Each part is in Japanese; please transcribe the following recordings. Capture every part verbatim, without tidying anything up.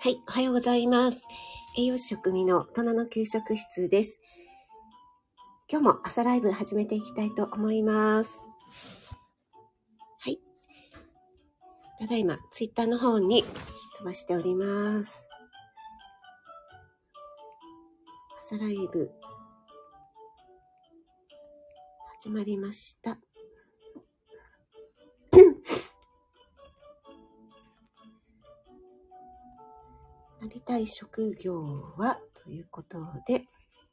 はい、おはようございます。栄養士食味の大人の給食室です。今日も朝ライブ始めていきたいと思います。はい。ただいま、ツイッターの方に飛ばしております。朝ライブ、始まりました。なりたい職業はということで、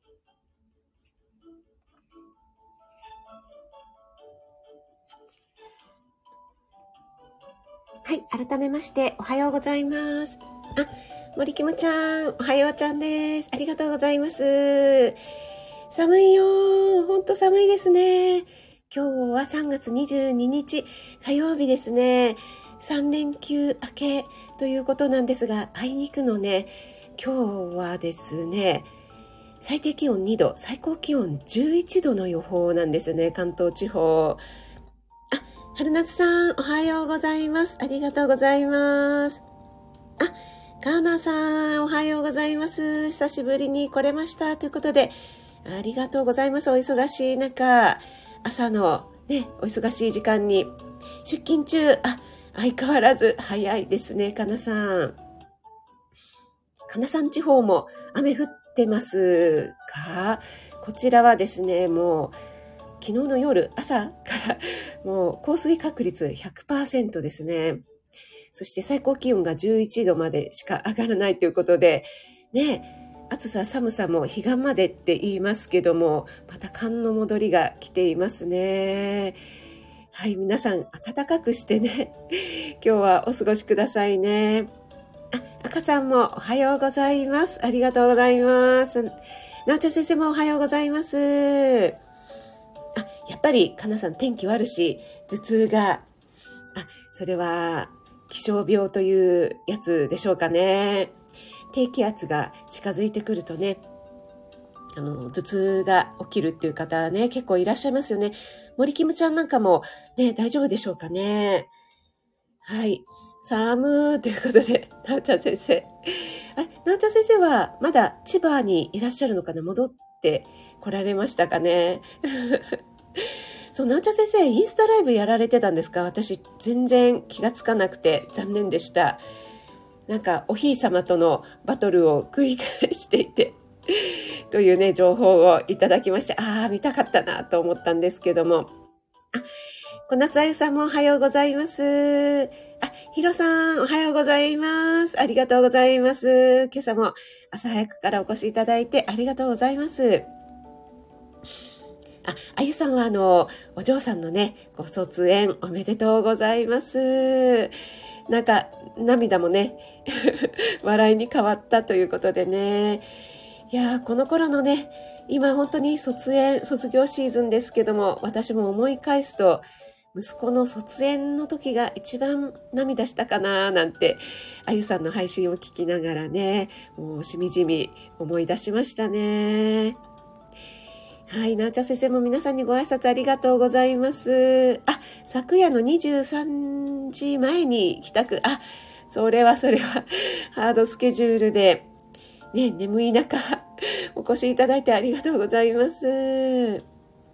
はい、改めましておはようございます。あ、森きもちゃん、おはようちゃんです。ありがとうございます。寒いよー。ほんと寒いですね。今日はさんがつにじゅうににち火曜日ですね。さんれんきゅう明けということなんですが、あいにくのね、今日はですね、最低気温にど、最高気温じゅういちどの予報なんですね、関東地方。あ、春夏さん、おはようございます。ありがとうございます。あ、カーナーさん、おはようございます。久しぶりに来れました。ということで、ありがとうございます。お忙しい中、朝のね、お忙しい時間に出勤中、あ、相変わらず早いですね、かなさん。かなさん地方も雨降ってますか？こちらはですね、もう昨日の夜、朝からもう降水確率 ひゃくパーセント ですね。そして最高気温がじゅういちどまでしか上がらないということで、ね、暑さ寒さも彼岸までって言いますけども、また寒の戻りが来ていますね。はい、皆さん暖かくしてね、今日はお過ごしくださいね。あ、赤さんもおはようございます。ありがとうございます。なおちゃん先生もおはようございます。あ、やっぱりかなさん天気悪し、頭痛が、あ、それは気象病というやつでしょうかね。低気圧が近づいてくるとね、あの頭痛が起きるっていう方ね、結構いらっしゃいますよね。森キムちゃんなんかもね、大丈夫でしょうかね。はい。寒ーということで、なおちゃん先生。あれ、なおちゃん先生はまだ千葉にいらっしゃるのかな？戻って来られましたかね。そう、なおちゃん先生、インスタライブやられてたんですか？私、全然気がつかなくて残念でした。なんか、おひいさまとのバトルを繰り返していて、というね、情報をいただきまして、ああ、見たかったなと思ったんですけども。あ、小夏あゆさんもおはようございます。あ、ひろさん、おはようございます。ありがとうございます。今朝も朝早くからお越しいただいてありがとうございます。あ、あゆさんはあの、お嬢さんのね、ご卒園おめでとうございます。なんか、涙もね、笑いに変わったということでね。いやー、この頃のね、今本当に卒園、卒業シーズンですけども、私も思い返すと、息子の卒園の時が一番涙したかななんて、あゆさんの配信を聞きながらね、もうしみじみ思い出しましたね。はい、なおちゃん先生も皆さんにご挨拶ありがとうございます。あ、昨夜のにじゅうさんじまえに帰宅。あ、それはそれはハードスケジュールで、ね、眠い中、お越しいただいてありがとうございます。あ、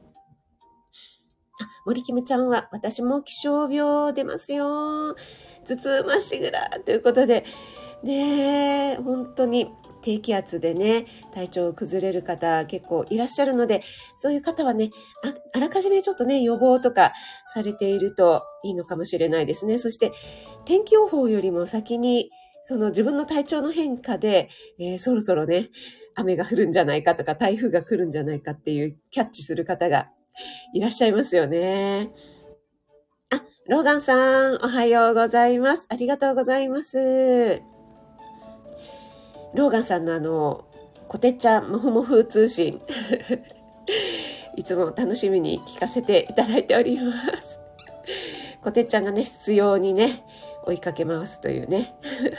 森キムちゃんは、私も気象病出ますよ。頭痛まっしぐらということで、ね、本当に低気圧でね、体調崩れる方結構いらっしゃるので、そういう方はね、あ、あらかじめちょっとね、予防とかされているといいのかもしれないですね。そして、天気予報よりも先に、その自分の体調の変化で、えー、そろそろね、雨が降るんじゃないかとか、台風が来るんじゃないかっていうキャッチする方がいらっしゃいますよね。あ、ローガンさん、おはようございます。ありがとうございます。ローガンさんのあの、コテッチャモフモフ通信。いつも楽しみに聞かせていただいております。コテッちゃんがね、必要にね、追いかけ回すというね。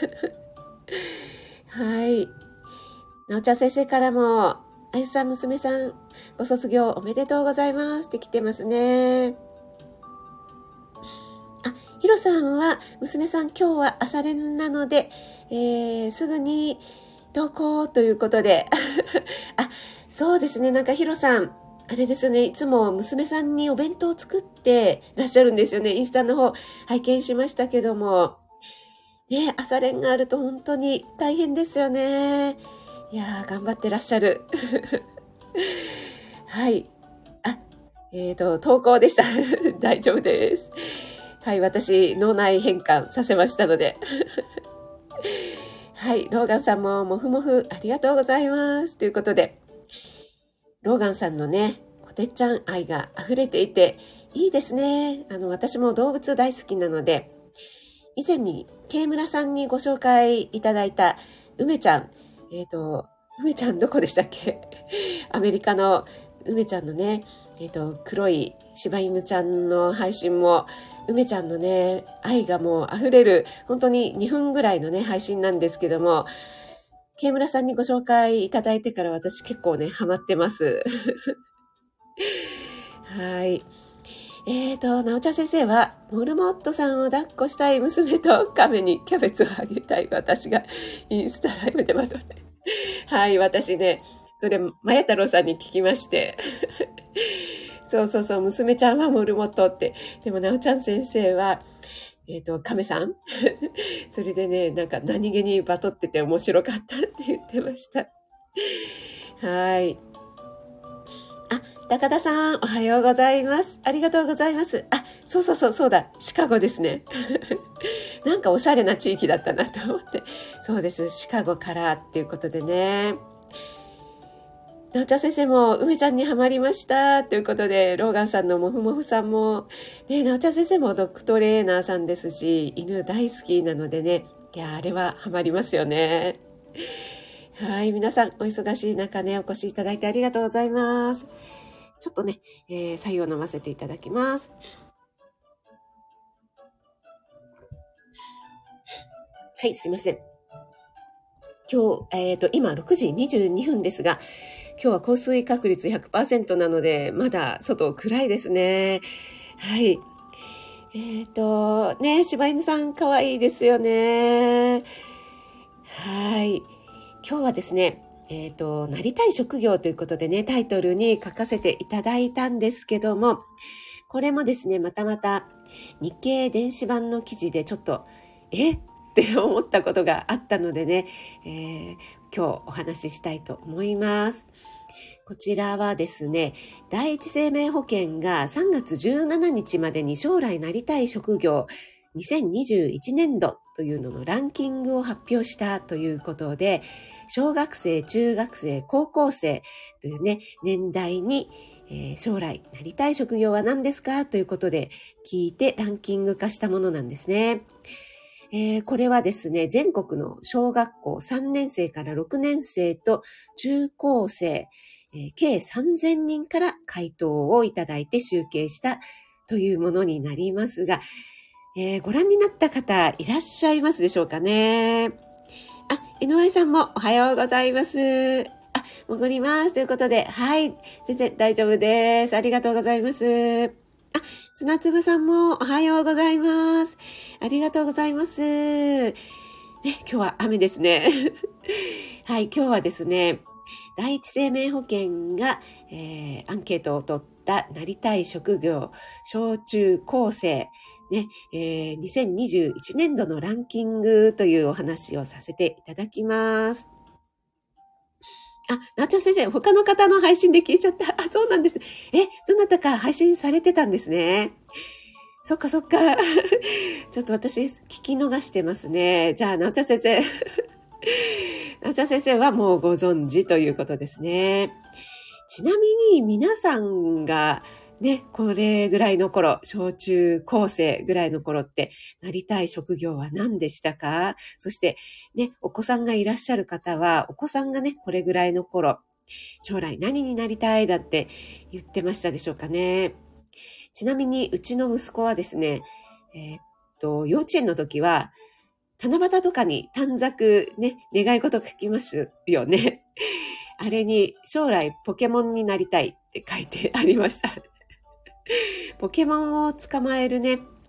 はい。なおちゃん先生からも、あゆさん娘さん、ご卒業おめでとうございますって来てますね。あ、 ヒロさんは、娘さん今日は朝練なので、えー、すぐに登校ということで。あ、そうですね。なんかヒロさん、あれですよね。いつも娘さんにお弁当を作ってらっしゃるんですよね。インスタの方拝見しましたけども。ね、朝練があると本当に大変ですよね。いやー、頑張ってらっしゃる。はい。あ、えっと、投稿でした。大丈夫です。はい、私、脳内変換させましたので。はい、ローガンさんももふもふありがとうございます。ということで、ローガンさんのね、こてっちゃん愛が溢れていて、いいですね。あの、私も動物大好きなので、以前に、ケ村さんにご紹介いただいた、梅ちゃん。えっと、梅ちゃんどこでしたっけ？アメリカの梅ちゃんのね、えっと、黒い柴犬ちゃんの配信も、梅ちゃんのね、愛がもう溢れる、本当ににふんぐらいのね、配信なんですけども、ケ村さんにご紹介いただいてから私結構ね、ハマってます。はい。えーと、なおちゃん先生は、モルモットさんを抱っこしたい娘と亀にキャベツをあげたい私がインスタライブでまとめて。はい、私ね、それ、まや太郎さんに聞きまして。そうそうそう、娘ちゃんはモルモットって。でもなおちゃん先生は、えっと、亀さんそれでね、なんか何気にバトってて面白かったって言ってました。はい。あ、高田さん、おはようございます。ありがとうございます。あ、そうそうそう、そうだ、シカゴですね。なんかおしゃれな地域だったなと思って。そうです、シカゴからっていうことでね。なおちゃん先生も梅ちゃんにハマりましたということで、ローガンさんのもふもふさんも、ね、なおちゃん先生もドッグトレーナーさんですし、犬大好きなのでね、いや、あれはハマりますよね。はい、皆さんお忙しい中ね、お越しいただいてありがとうございます。ちょっとね、えー、白湯を飲ませていただきます。はい、すいません。今日、えっと、今ろくじにじゅうにふんですが、今日は降水確率 ひゃくパーセント なので、まだ外暗いですね。はい。えっと、ね、柴犬さん可愛いですよね。はい。今日はですね、えっと、なりたい職業ということでね、タイトルに書かせていただいたんですけども、これもですね、またまた日経電子版の記事でちょっと、えって思ったことがあったのでね、えー、今日お話ししたいと思います。こちらはですね、第一生命保険がさんがつじゅうしちにちまでに将来なりたい職業にせんにじゅういちねんどというののランキングを発表したということで、小学生、中学生、高校生というね、年代に、えー、将来なりたい職業は何ですかということで聞いてランキング化したものなんですね。えー、これはですね、全国の小学校さんねん生からろくねん生と中高生、えー、計さんぜんにんから回答をいただいて集計したというものになりますが、えー、ご覧になった方いらっしゃいますでしょうかね。あ、エヌワイ さんもおはようございます。あ、戻ります。ということで、はい、全然大丈夫です。ありがとうございます。あ、砂粒さんもおはようございます。ありがとうございます。ね、今日は雨ですね。はい、今日はですね、第一生命保険が、えー、アンケートを取ったなりたい職業、小中高生、ね、えー、にせんにじゅういちねんどのランキングというお話をさせていただきます。あ、なっちゃん先生、他の方の配信で聞いちゃった。あ、そうなんです。え、どなたか配信されてたんですね。そっかそっか。ちょっと私、聞き逃してますね。じゃあ、なおちゃん先生。なおちゃん先生はもうご存知ということですね。ちなみに、皆さんが、ね、これぐらいの頃、小中高生ぐらいの頃って、なりたい職業は何でしたか？そして、ね、お子さんがいらっしゃる方は、お子さんがね、これぐらいの頃、将来何になりたいだって言ってましたでしょうかね。ちなみに、うちの息子はですね、えーっと、幼稚園の時は、七夕とかに短冊ね、願い事書きますよね。あれに、将来ポケモンになりたいって書いてありました。ポケモンを捕まえるね、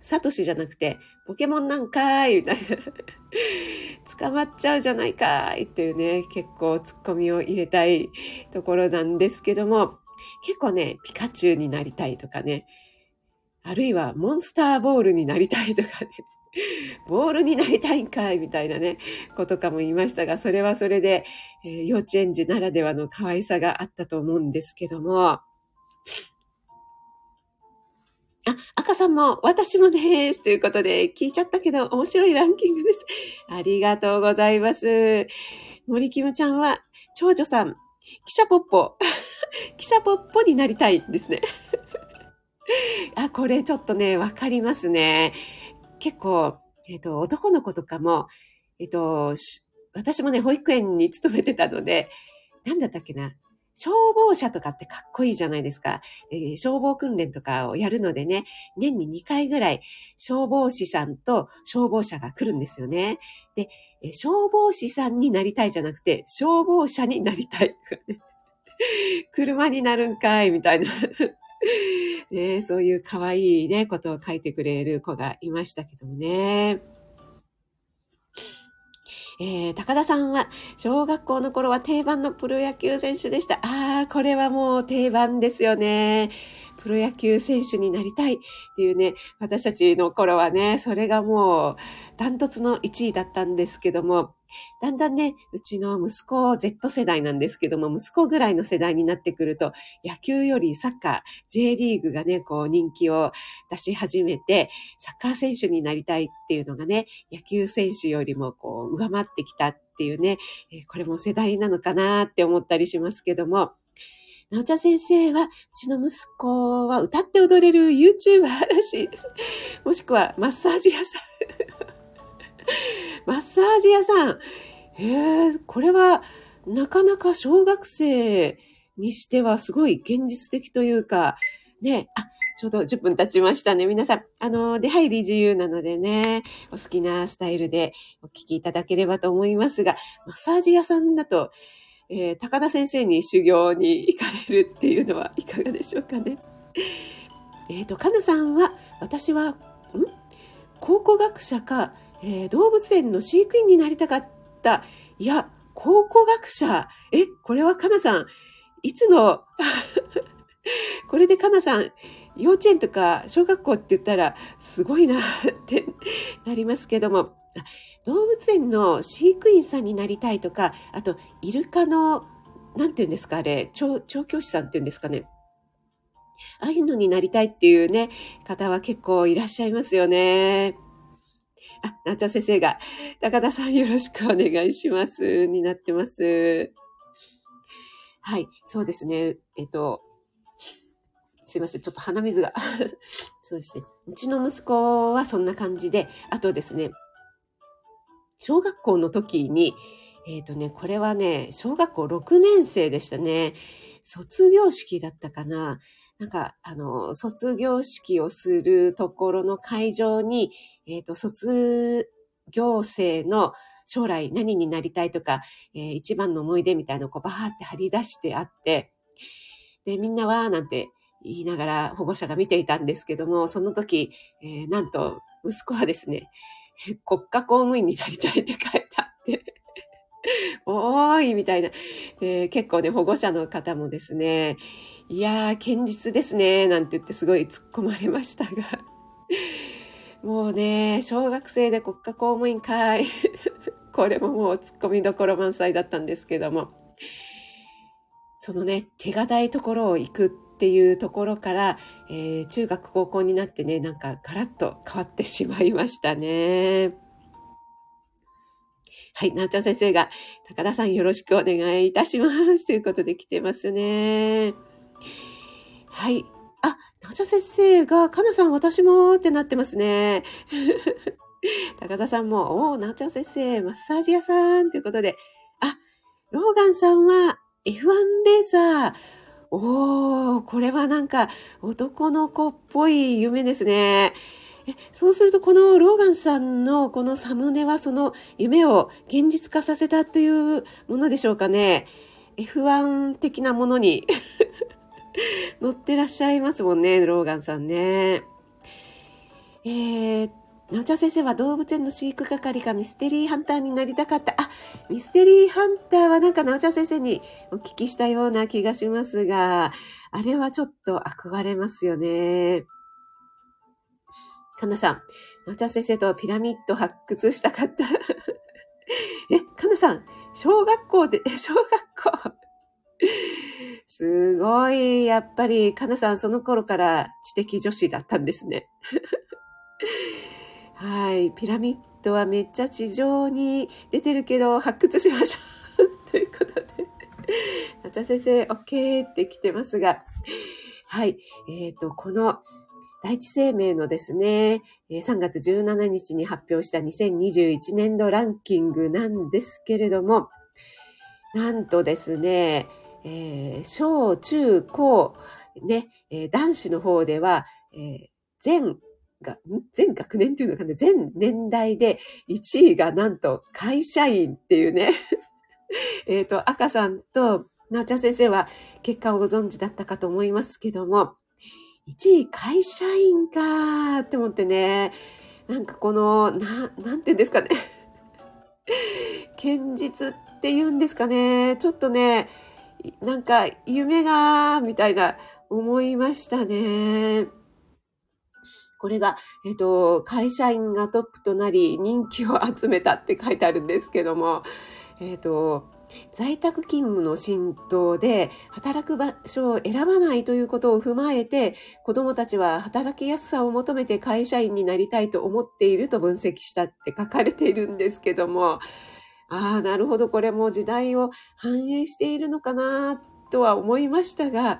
サトシじゃなくて、ポケモンなんかーいみたいな。捕まっちゃうじゃないかーいっていうね、結構ツッコミを入れたいところなんですけども、結構ね、ピカチュウになりたいとかね、あるいはモンスターボールになりたいとかね、ボールになりたいんかいみたいなね、ことかも言いましたが、それはそれで、えー幼稚園児ならではの可愛さがあったと思うんですけども、あ、赤さんも私もです。ということで、聞いちゃったけど面白いランキングです。ありがとうございます。森キムちゃんは、長女さん、記者ポッポ、記者ポッポになりたいですね。あ、これちょっとね、わかりますね。結構、えっと、男の子とかも、えっと、し私もね、保育園に勤めてたので、なんだったっけな。消防車とかってかっこいいじゃないですか。えー消防訓練とかをやるのでね、年ににかいぐらい消防士さんと消防車が来るんですよね。で、えー消防士さんになりたいじゃなくて、消防車になりたい。車になるんかい、みたいな。ね、そういう可愛いね、ことを書いてくれる子がいましたけどもね。えー、高田さんは、小学校の頃は定番のプロ野球選手でした。あー、これはもう定番ですよね。プロ野球選手になりたいっていうね、私たちの頃はね、それがもうダントツのいちいだったんですけども、だんだんね、うちの息子 Z 世代なんですけども、息子ぐらいの世代になってくると、野球よりサッカー、J リーグがね、こう人気を出し始めて、サッカー選手になりたいっていうのがね、野球選手よりもこう上回ってきたっていうね、えーこれも世代なのかなって思ったりしますけども、なおちゃん先生は、うちの息子は歌って踊れる YouTuber らしいです。もしくはマッサージ屋さん。マッサージ屋さん。へえ、これはなかなか小学生にしてはすごい現実的というか、ね、あ、ちょうどじゅっぷん経ちましたね。皆さん、あの、出入り自由なのでね、お好きなスタイルでお聞きいただければと思いますが、マッサージ屋さんだと、えー高田先生に修行に行かれるっていうのはいかがでしょうかね。えっ、と、かなさんは、私は、ん考古学者か、えー動物園の飼育員になりたかった。いや、考古学者。え、これはかなさん、いつの、これでかなさん、幼稚園とか小学校って言ったら、すごいなってなりますけども、あ動物園の飼育員さんになりたいとか、あと、イルカの、なんて言うんですか、あれ、調調教師さんって言うんですかね。ああいうのになりたいっていうね、方は結構いらっしゃいますよね。あ、なおちゃん先生が、高田さんよろしくお願いします。になってます。はい、そうですね。えっと、すいません。ちょっと鼻水が。そうですね。うちの息子はそんな感じで、あとですね、小学校の時に、えっとね、これはね、小学校ろくねん生でしたね。卒業式だったかな。なんか、あの、卒業式をするところの会場に、えっと、卒業生の将来何になりたいとか、えー一番の思い出みたいなのをこうバーって貼り出してあって、で、みんなは、なんて言いながら保護者が見ていたんですけども、その時、えーなんと、息子はですね、国家公務員になりたいって書いてあって、おーいみたいな、で。結構ね、保護者の方もですね、いやー、堅実ですね、なんて言ってすごい突っ込まれましたが、もうね、小学生で国家公務員かい。これももう突っ込みどころ満載だったんですけども、そのね、手堅いところを行くっていうところから、えー中学高校になってね、なんかガラッと変わってしまいましたね。はい、なおちゃん先生が、高田さんよろしくお願いいたします。ということで来てますね。はい。あ、なおちゃん先生が、かなさん私もってなってますね。高田さんも、おー、なおちゃん先生、マッサージ屋さんということで、あ、ローガンさんは エフワン レーサー。おー、これはなんか男の子っぽい夢ですね。え、そうするとこのローガンさんのこのサムネはその夢を現実化させたというものでしょうかね。エフワン 的なものに乗ってらっしゃいますもんね、ローガンさんね。 えー、なおちゃん先生は動物園の飼育係かミステリーハンターになりたかった。あ、ミステリーハンターはなんかなおちゃん先生にお聞きしたような気がしますが、あれはちょっと憧れますよね。かなさん、なおちゃん先生とピラミッド発掘したかった。え、かなさん、小学校で、小学校すごい、やっぱり、かなさんその頃から知的女子だったんですね。はい。ピラミッドはめっちゃ地上に出てるけど、発掘しましょう。ということで。なちゃ先生、OK って来てますが。はい。えっと、この、第一生命のですね、さんがつじゅうしちにちに発表したにせんにじゅういちねんどランキングなんですけれども、なんとですね、えー、小中高、ね、えー、男子の方では、えー、全が、全学年っていうのかね、全年代でいちいがなんと会社員っていうね、えっと、赤さんとなおちゃん先生は結果をご存知だったかと思いますけども、いちい会社員かーって思ってね、なんかこの、な、なんていうんですかね。堅実っていうんですかね。ちょっとね、なんか夢が、みたいな思いましたね。これが、えっと、会社員がトップとなり人気を集めたって書いてあるんですけども、えっと、在宅勤務の浸透で働く場所を選ばないということを踏まえて、子どもたちは働きやすさを求めて会社員になりたいと思っていると分析したって書かれているんですけども、ああ、なるほど、これも時代を反映しているのかなとは思いましたが、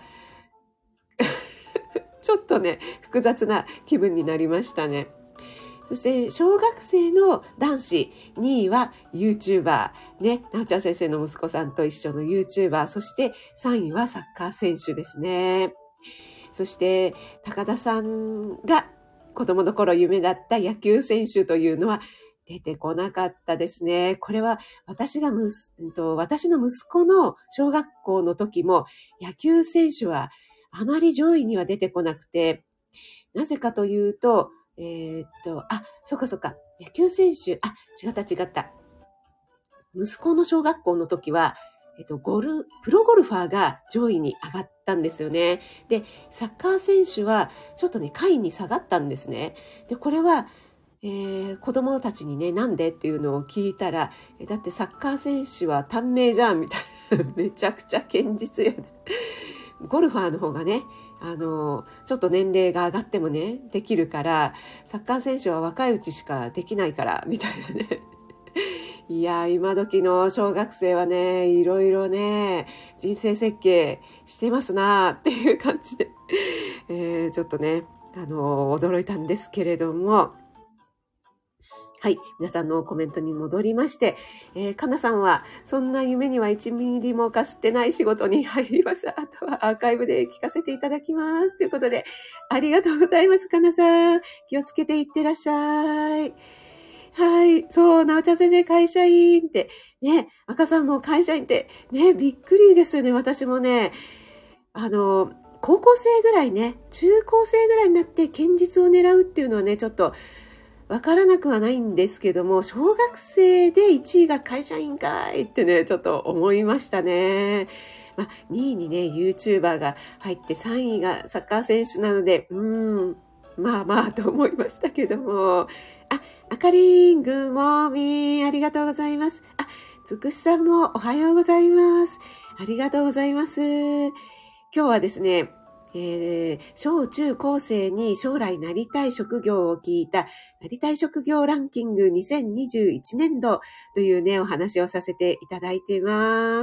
ちょっとね、複雑な気分になりましたね。そして、小学生の男子、にいは YouTuber、ね、なおちゃん先生の息子さんと一緒の YouTuber、そしてさんいはサッカー選手ですね。そして、高田さんが子供の頃夢だった野球選手というのは出てこなかったですね。これは私がむす、私の息子の小学校の時も野球選手はあまり上位には出てこなくて、なぜかというと、えー、っと、あ、そっかそっか、野球選手、あ、違った違った。息子の小学校の時は、えっと、ゴル、プロゴルファーが上位に上がったんですよね。で、サッカー選手はちょっとね、下位に下がったんですね。で、これは、えー、子供たちにね、なんでっていうのを聞いたら、だってサッカー選手は短命じゃん、みたいな。めちゃくちゃ堅実やな。ゴルファーの方がね、あの、ちょっと年齢が上がってもね、できるから、サッカー選手は若いうちしかできないから、みたいなね。いや、今時の小学生はね、いろいろね、人生設計してますなっていう感じで、えー、ちょっとね、あの、驚いたんですけれども、はい。皆さんのコメントに戻りまして、えー、かなさんは、そんな夢にはいちミリもかすってない仕事に入ります。あとはアーカイブで聞かせていただきます。ということで、ありがとうございます、かなさん。気をつけていってらっしゃい。はい。そう、なおちゃん先生、会社員って。ね、赤さんも会社員って。ね、びっくりですよね。私もね、あの、高校生ぐらいね、中高生ぐらいになって堅実を狙うっていうのはね、ちょっと、わからなくはないんですけども、小学生でいちいが会社員かいってね、ちょっと思いましたね。まあ、にいにね、YouTuber が入ってさんいがサッカー選手なので、うーん、まあまあと思いましたけども。あ、あかりん、グッモーミー、ありがとうございます。あ、つくしさんもおはようございます。ありがとうございます。今日はですね、えー、小中高生に将来なりたい職業を聞いたなりたい職業ランキングにせんにじゅういちねんどというね、お話をさせていただいています。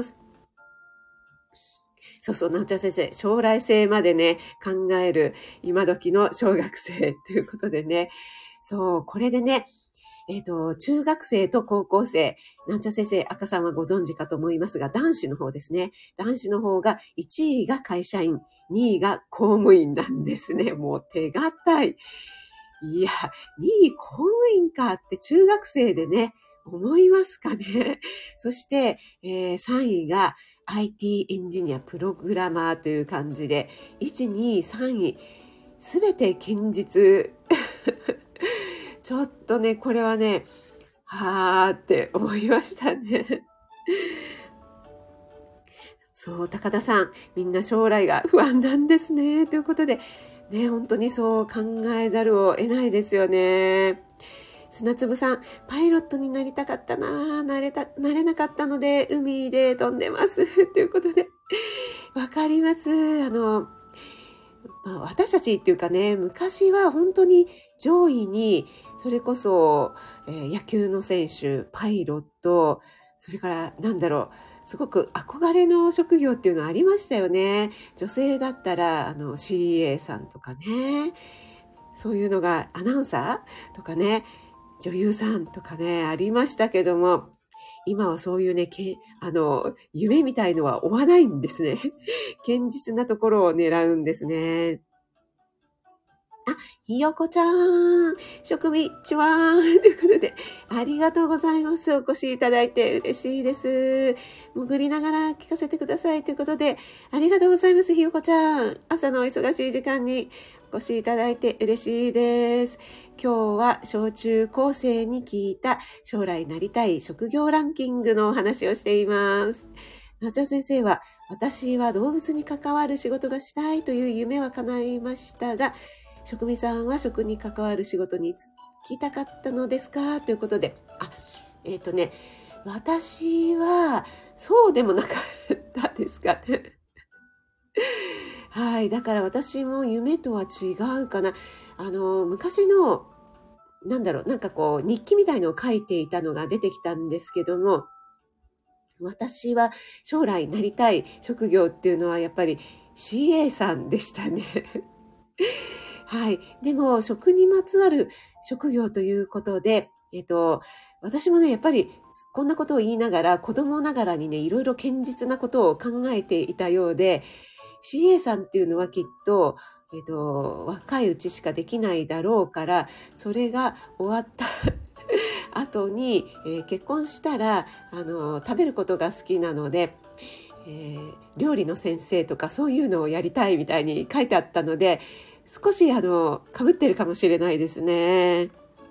そうそう、なおちゃん先生、将来性までね、考える今時の小学生ということでね、そう、これでね、えっと、中学生と高校生、なんちゃ先生、赤さんはご存知かと思いますが、男子の方ですね。男子の方がいちいが会社員、にいが公務員なんですね。もう手堅い。いや、にい公務員かって中学生でね、思いますかね。そして、えー、さんいが アイティー エンジニア、プログラマーという感じで、いち、に、さんい、すべて堅実。 ちょっとね、これはね、はーって思いましたね。そう、高田さん、みんな将来が不安なんですね。ということで、ね、本当にそう考えざるを得ないですよね。砂粒さん、パイロットになりたかったな、なれた、なれなかったので、海で飛んでます。ということで、わかります。あの、まあ、私たちっていうかね、昔は本当に上位に、それこそ、えー野球の選手、パイロット、それからなんだろう、すごく憧れの職業っていうのありましたよね。女性だったら、あの、シーエー さんとかね、そういうのがアナウンサーとかね、女優さんとかね、ありましたけども、今はそういうね、けあの、夢みたいのは追わないんですね。堅実なところを狙うんですね。あ、ひよこちゃん、食味ちわーんということで、ありがとうございます。お越しいただいて嬉しいです。潜りながら聞かせてくださいということで、ありがとうございます。ひよこちゃん。朝のお忙しい時間にお越しいただいて嬉しいです。今日は小中高生に聞いた将来なりたい職業ランキングのお話をしています。なちゃ先生は、私は動物に関わる仕事がしたいという夢は叶いましたが、職味さんは食に関わる仕事に就きたかったのですかということで、あ、えっとね、私はそうでもなかったですかね。はい。だから私も夢とは違うかな。あの、昔の、なんだろう、なんかこう、日記みたいのを書いていたのが出てきたんですけども、私は将来なりたい職業っていうのはやっぱり シーエー さんでしたね。はい。でも、食にまつわる職業ということで、えっと、私もね、やっぱりこんなことを言いながら、子供ながらにね、いろいろ堅実なことを考えていたようで、シーエー さんっていうのはきっと、えっと、若いうちしかできないだろうから、それが終わった後に、えー結婚したら、あの、食べることが好きなので、えー料理の先生とかそういうのをやりたいみたいに書いてあったので、少しあの、被ってるかもしれないですね。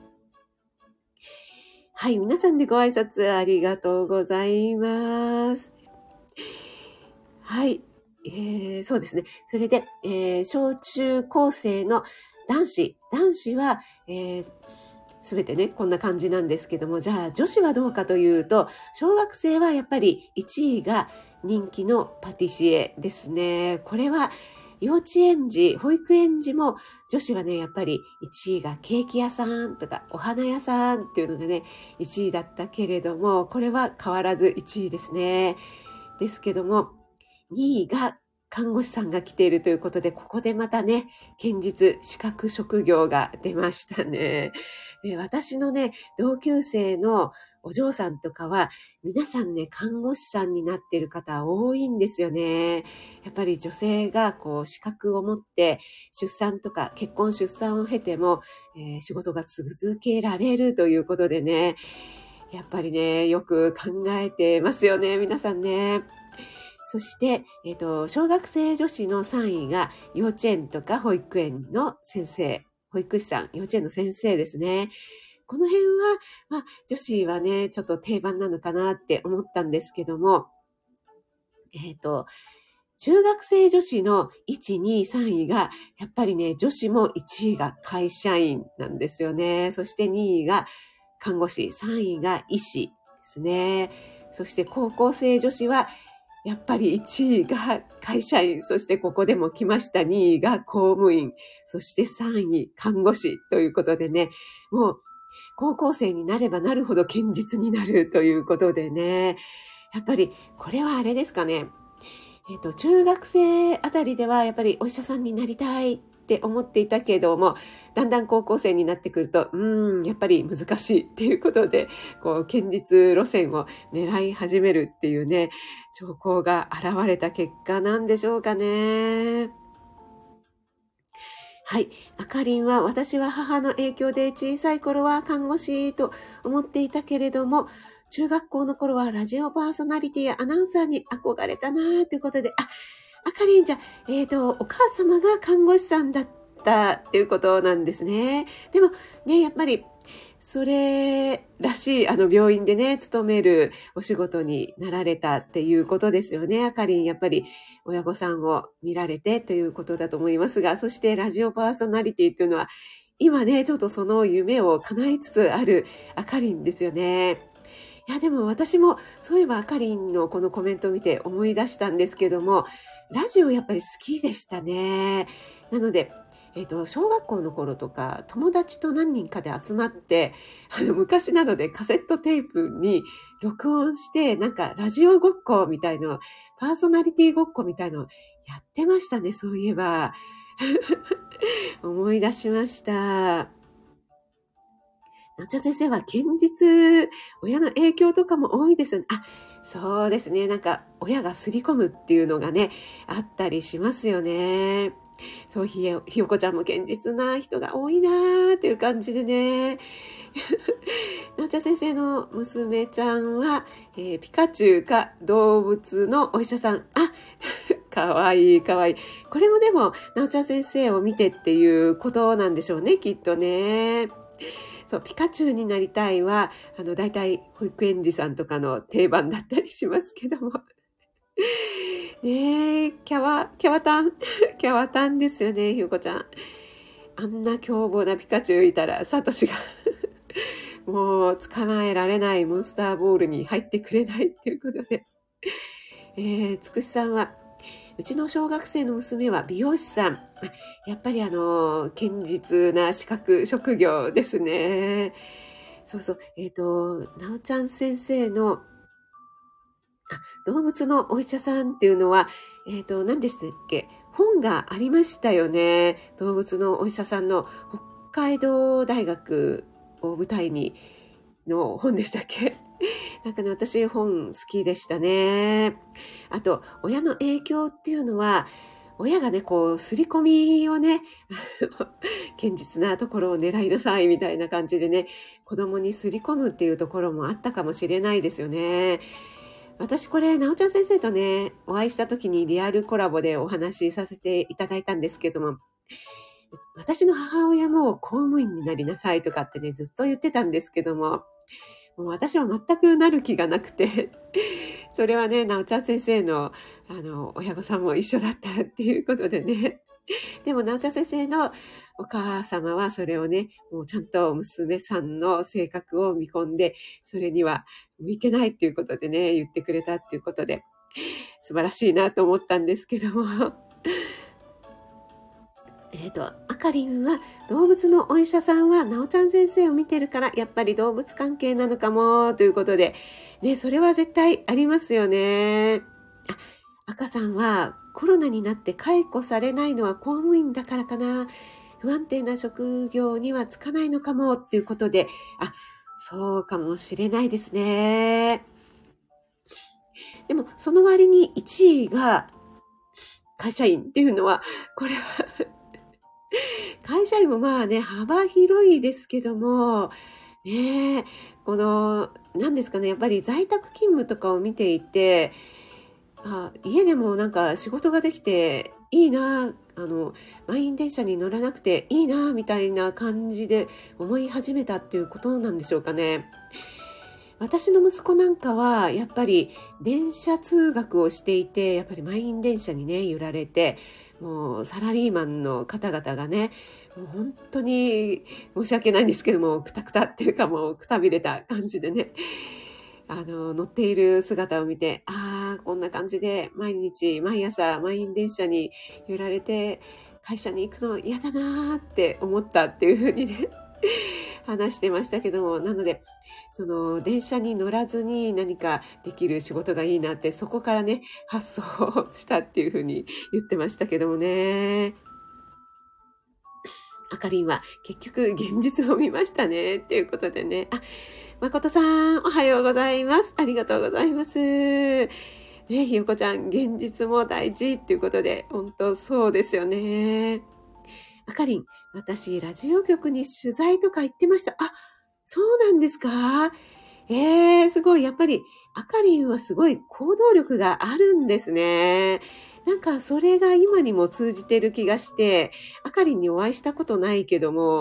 はい、皆さんでご挨拶ありがとうございます。はい、えーそうですね。それで、えー小中高生の男子、男子は、えーすべてね、こんな感じなんですけども、じゃあ女子はどうかというと、小学生はやっぱりいちいが人気のパティシエですね。これは幼稚園児、保育園児も女子はね、やっぱりいちいがケーキ屋さんとかお花屋さんっていうのがね、いちいだったけれども、これは変わらずいちいですね。ですけども、にいが看護師さんが来ているということで、ここでまたね、堅実、資格職業が出ましたね。で、私のね、同級生のお嬢さんとかは、皆さんね、看護師さんになっている方多いんですよね。やっぱり女性がこう資格を持って出産とか結婚出産を経ても、えー仕事が続けられるということでね、やっぱりね、よく考えてますよね、皆さんね。そして、えっと、小学生女子のさんいが幼稚園とか保育園の先生、保育士さん、幼稚園の先生ですね。この辺は、まあ、女子はね、ちょっと定番なのかなって思ったんですけども、えっと、中学生女子のいち、に、さんいが、やっぱりね、女子もいちいが会社員なんですよね。そしてにいが看護師、さんいが医師ですね。そして高校生女子は、やっぱりいちいが会社員、そしてここでも来ましたにいが公務員、そしてさんい看護師ということでね、もう高校生になればなるほど堅実になるということでね、やっぱりこれはあれですかね、えっと、中学生あたりではやっぱりお医者さんになりたいって思っていたけども、だんだん高校生になってくると、うーん、やっぱり難しいっていうことで、こう、堅実路線を狙い始めるっていうね、兆候が現れた結果なんでしょうかね。はい。あかりんは、私は母の影響で小さい頃は看護師と思っていたけれども、中学校の頃はラジオパーソナリティやアナウンサーに憧れたなということで、あ、あかりんじゃ、えっと、お母様が看護師さんだったっていうことなんですね。でもね、やっぱりそれらしい、あの、病院でね、勤めるお仕事になられたっていうことですよね。あかりん、やっぱり親御さんを見られてということだと思いますが、そしてラジオパーソナリティっていうのは、今ね、ちょっとその夢を叶えつつあるあかりんですよね。いや、でも私も、そういえばあかりんのこのコメントを見て思い出したんですけども、ラジオやっぱり好きでしたね。なので、えっと、小学校の頃とか、友達と何人かで集まって、あの、昔なのでカセットテープに録音して、なんかラジオごっこみたいの、パーソナリティごっこみたいのやってましたね、そういえば。思い出しました。なちゃ先生は堅実、親の影響とかも多いですね。あ、そうですね。なんか、親がすり込むっていうのがね、あったりしますよね。そう、ひよ、ひよこちゃんも堅実な人が多いなーっていう感じでね。なおちゃん先生の娘ちゃんは、えー、ピカチュウか動物のお医者さん。あ、かわいいかわいい。これもでも、なおちゃん先生を見てっていうことなんでしょうね、きっとね。そう、ピカチュウになりたいは、あの、大体保育園児さんとかの定番だったりしますけども。ねえ、キャワ、キャワタン、キャワタンですよね、ひよこちゃん。あんな凶暴なピカチュウいたら、サトシがもう捕まえられないモンスターボールに入ってくれないっていうことで。えー、つくしさんは、うちの小学生の娘は美容師さん。やっぱりあの、堅実な資格職業ですね。そうそう。えっと、なおちゃん先生の、あ、動物のお医者さんっていうのは、えっと、何でしたっけ？本がありましたよね。動物のお医者さんの北海道大学を舞台にの本でしたっけ？なんかね、私本好きでしたね。あと、親の影響っていうのは、親がね、こう、刷り込みをね、堅実なところを狙いなさいみたいな感じでね、子供に刷り込むっていうところもあったかもしれないですよね。私これ、なおちゃん先生とね、お会いした時にリアルコラボでお話しさせていただいたんですけども、私の母親も公務員になりなさいとかってね、ずっと言ってたんですけども、もう私は全くなる気がなくて、それはね、なおちゃん先生の、あの、親御さんも一緒だったっていうことでね。でも、なおちゃん先生のお母様はそれをね、もうちゃんと娘さんの性格を見込んで、それには向いてないっていうことでね、言ってくれたっていうことで、素晴らしいなと思ったんですけども。えっと、あかりんは動物のお医者さんはなおちゃん先生を見てるからやっぱり動物関係なのかもということで、ね、それは絶対ありますよね。あ、赤さんはコロナになって解雇されないのは公務員だからかな。不安定な職業にはつかないのかもっていうことで、あ、そうかもしれないですね。でもその割にいちいが会社員っていうのは、これは会社員もまあね、幅広いですけども、ねえ、この、何ですかね、やっぱり在宅勤務とかを見ていて、あ、家でもなんか仕事ができていいな、あの、満員電車に乗らなくていいな、みたいな感じで思い始めたっていうことなんでしょうかね。私の息子なんかは、やっぱり電車通学をしていて、やっぱり満員電車にね、揺られて、もうサラリーマンの方々がね、もう本当に申し訳ないんですけども、くたくたっていうかもうくたびれた感じでね、あの、乗っている姿を見て、ああ、こんな感じで毎日、毎朝満員電車に揺られて、会社に行くの嫌だなーって思ったっていうふうにね、話してましたけども、なので、その電車に乗らずに何かできる仕事がいいなって、そこからね、発想したっていうふうに言ってましたけどもね。あかりんは結局現実を見ましたねっていうことでね。あ、まことさん、おはようございます。ありがとうございます。ね、ひよこちゃん、現実も大事っていうことで、本当そうですよね。あかりん、私、ラジオ局に取材とか行ってました。あ、そうなんですか？えー、すごい。やっぱり、あかりんはすごい行動力があるんですね。なんか、それが今にも通じてる気がして、あかりんにお会いしたことないけども、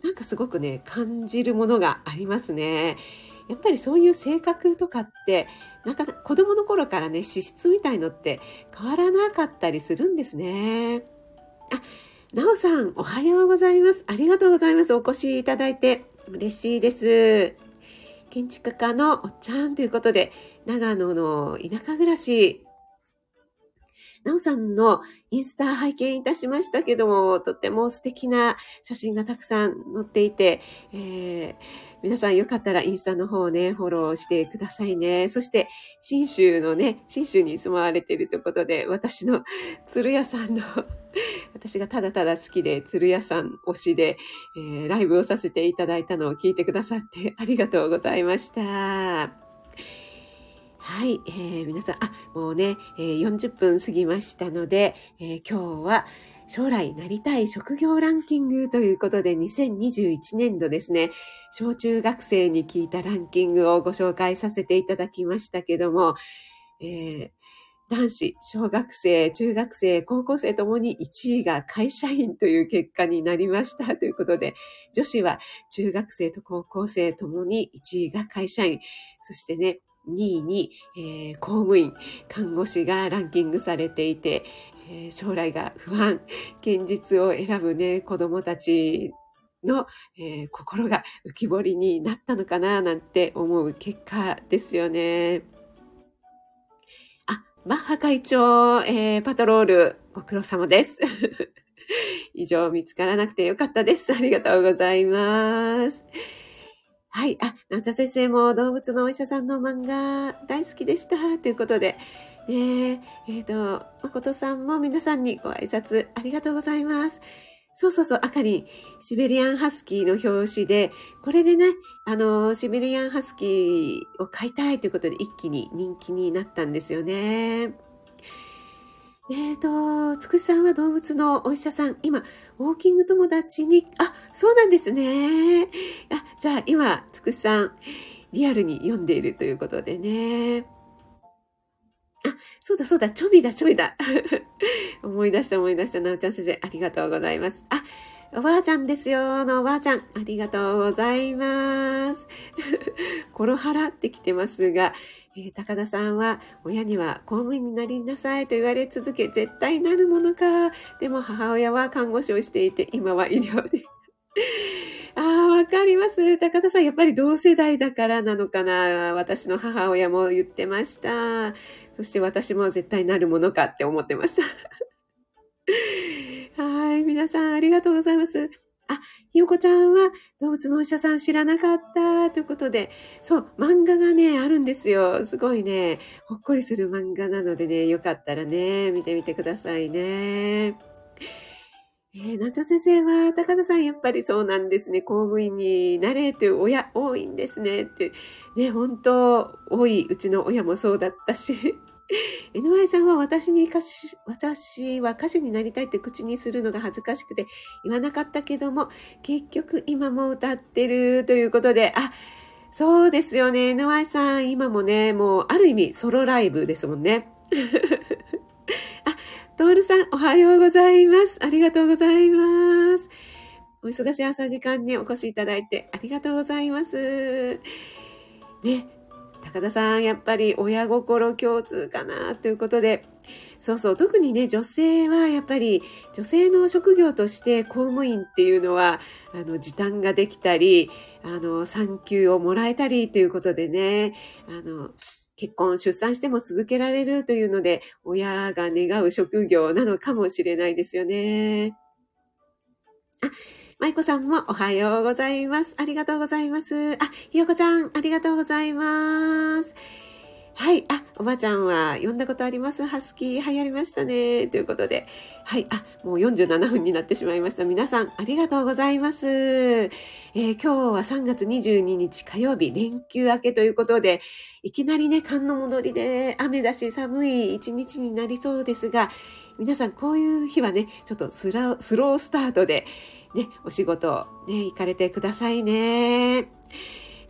なんかすごくね、感じるものがありますね。やっぱりそういう性格とかって、なかなか子供の頃からね、資質みたいのって変わらなかったりするんですね。あ、なおさん、おはようございます。ありがとうございます。お越しいただいて嬉しいです。建築家のおっちゃんということで、長野の田舎暮らし、なおさんのインスタ拝見いたしましたけども、とっても素敵な写真がたくさん載っていて、えー、皆さんよかったらインスタの方をね、フォローしてくださいね。そして、信州のね、信州に住まわれているということで、私の鶴屋さんの、私がただただ好きで、鶴屋さん推しで、えー、ライブをさせていただいたのを聞いてくださってありがとうございました。はい、えー、皆さん、あ、もうね、えー、よんじゅっぷん過ぎましたので、えー、今日は将来なりたい職業ランキングということで、にせんにじゅういちねんどですね、小中学生に聞いたランキングをご紹介させていただきましたけども、えー、男子、小学生、中学生、高校生ともにいちいが会社員という結果になりましたということで、女子は中学生と高校生ともにいちいが会社員、そしてね、にいに、えー、公務員、看護師がランキングされていて、えー、将来が不安、現実を選ぶね、子供たちの、えー、心が浮き彫りになったのかななんて思う結果ですよね。あ、マッハ会長、えー、パトロール、ご苦労様です。以上見つからなくてよかったです。ありがとうございます。はい。あ、なおちゃん先生も動物のお医者さんの漫画大好きでした。ということで、ねえ、えっと、まことさんも皆さんにご挨拶ありがとうございます。そうそうそう、あかりん、シベリアンハスキーの表紙で、これでね、あの、シベリアンハスキーを買いたいということで一気に人気になったんですよね。えっと、つくしさんは動物のお医者さん、今、ウォーキング友達に、あ、そうなんですね。あ、じゃあ今、つくしさん、リアルに読んでいるということでね。あ、そうだそうだ、ちょびだちょびだ。思い出した思い出した、なおちゃん先生、ありがとうございます。あ、おばあちゃんですよ、のおばあちゃん、ありがとうございます。コロハラってきてますが、えー、高田さんは、親には公務員になりなさいと言われ続け、絶対なるものか。でも母親は看護師をしていて、今は医療で。ああ、わかります。高田さん、やっぱり同世代だからなのかな。私の母親も言ってました。そして私も絶対なるものかって思ってました。はい、皆さんありがとうございます。あ、ひよこちゃんは動物のお医者さん知らなかったということで、そう、漫画がね、あるんですよ。すごいね、ほっこりする漫画なのでね、よかったらね、見てみてくださいね。えー、なちょ先生は、高田さん、やっぱりそうなんですね。公務員になれという親多いんですね。って。ね、本当多い。うちの親もそうだったし。エヌワイ さんは私に歌手、私は歌手になりたいって口にするのが恥ずかしくて言わなかったけども、結局今も歌ってるということで、あ、そうですよね。エヌワイ さん、今もね、もうある意味ソロライブですもんね。あ、トールさん、おはようございます。ありがとうございます。お忙しい朝時間にお越しいただいてありがとうございます。ね。高田さん、やっぱり親心共通かなということで、そうそう、特にね、女性はやっぱり女性の職業として公務員っていうのは、あの、時短ができたり、あの、産休をもらえたりということでね、あの、結婚、出産しても続けられるというので、親が願う職業なのかもしれないですよね。あ、まいこさんもおはようございます。ありがとうございます。あ、ひよこちゃん、ありがとうございます。はい。あ、おばあちゃんは読んだことあります。ハスキー流行りましたね。ということで。はい。あ、もうよんじゅうななふんになってしまいました。皆さん、ありがとうございます。えー、今日はさんがつにじゅうににち火曜日、連休明けということで、いきなりね、寒の戻りで雨だし寒い一日になりそうですが、皆さん、こういう日はね、ちょっとスラスロースタートで、ね、お仕事、ね、行かれてくださいね。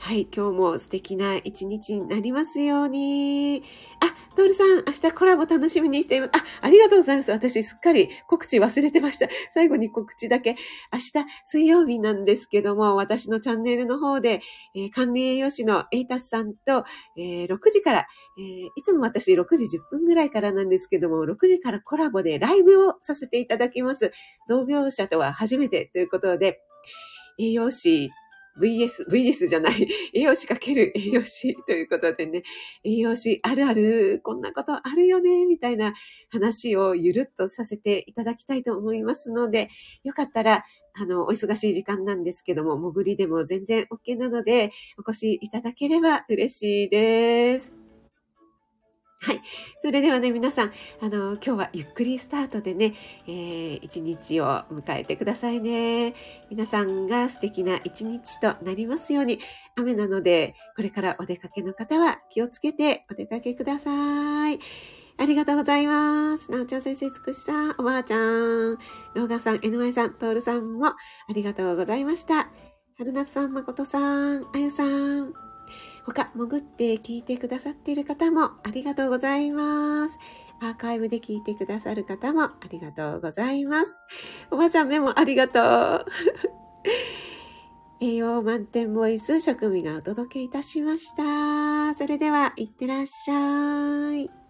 はい、今日も素敵な一日になりますように。あ、トールさん、明日コラボ楽しみにしています。あ、ありがとうございます。私すっかり告知忘れてました。最後に告知だけ。明日水曜日なんですけども、私のチャンネルの方で、えー、管理栄養士のエイタスさんと、えー、ろくじから、えー、いつも私ろくじじゅっぷんぐらいからなんですけども、ろくじからコラボでライブをさせていただきます。同業者とは初めてということで、栄養士 ブイエス、ブイエス じゃない、栄養士かける栄養士ということでね、栄養士あるある、こんなことあるよね、みたいな話をゆるっとさせていただきたいと思いますので、よかったら、あの、お忙しい時間なんですけども、潜りでも全然 OK なので、お越しいただければ嬉しいです。はい。それではね、皆さん、あの、今日はゆっくりスタートでね、えー、一日を迎えてくださいね。皆さんが素敵な一日となりますように、雨なので、これからお出かけの方は気をつけてお出かけください。ありがとうございます。なおちゃん先生、つくしさん、おばあちゃん、ローガさん、エヌワイさん、トールさんもありがとうございました。はるなつさん、まことさん、あゆさん、他、潜って聞いてくださっている方もありがとうございます。アーカイブで聞いてくださる方もありがとうございます。おばあちゃんメモありがとう。栄養満点ボイス、食味がお届けいたしました。それでは、いってらっしゃい。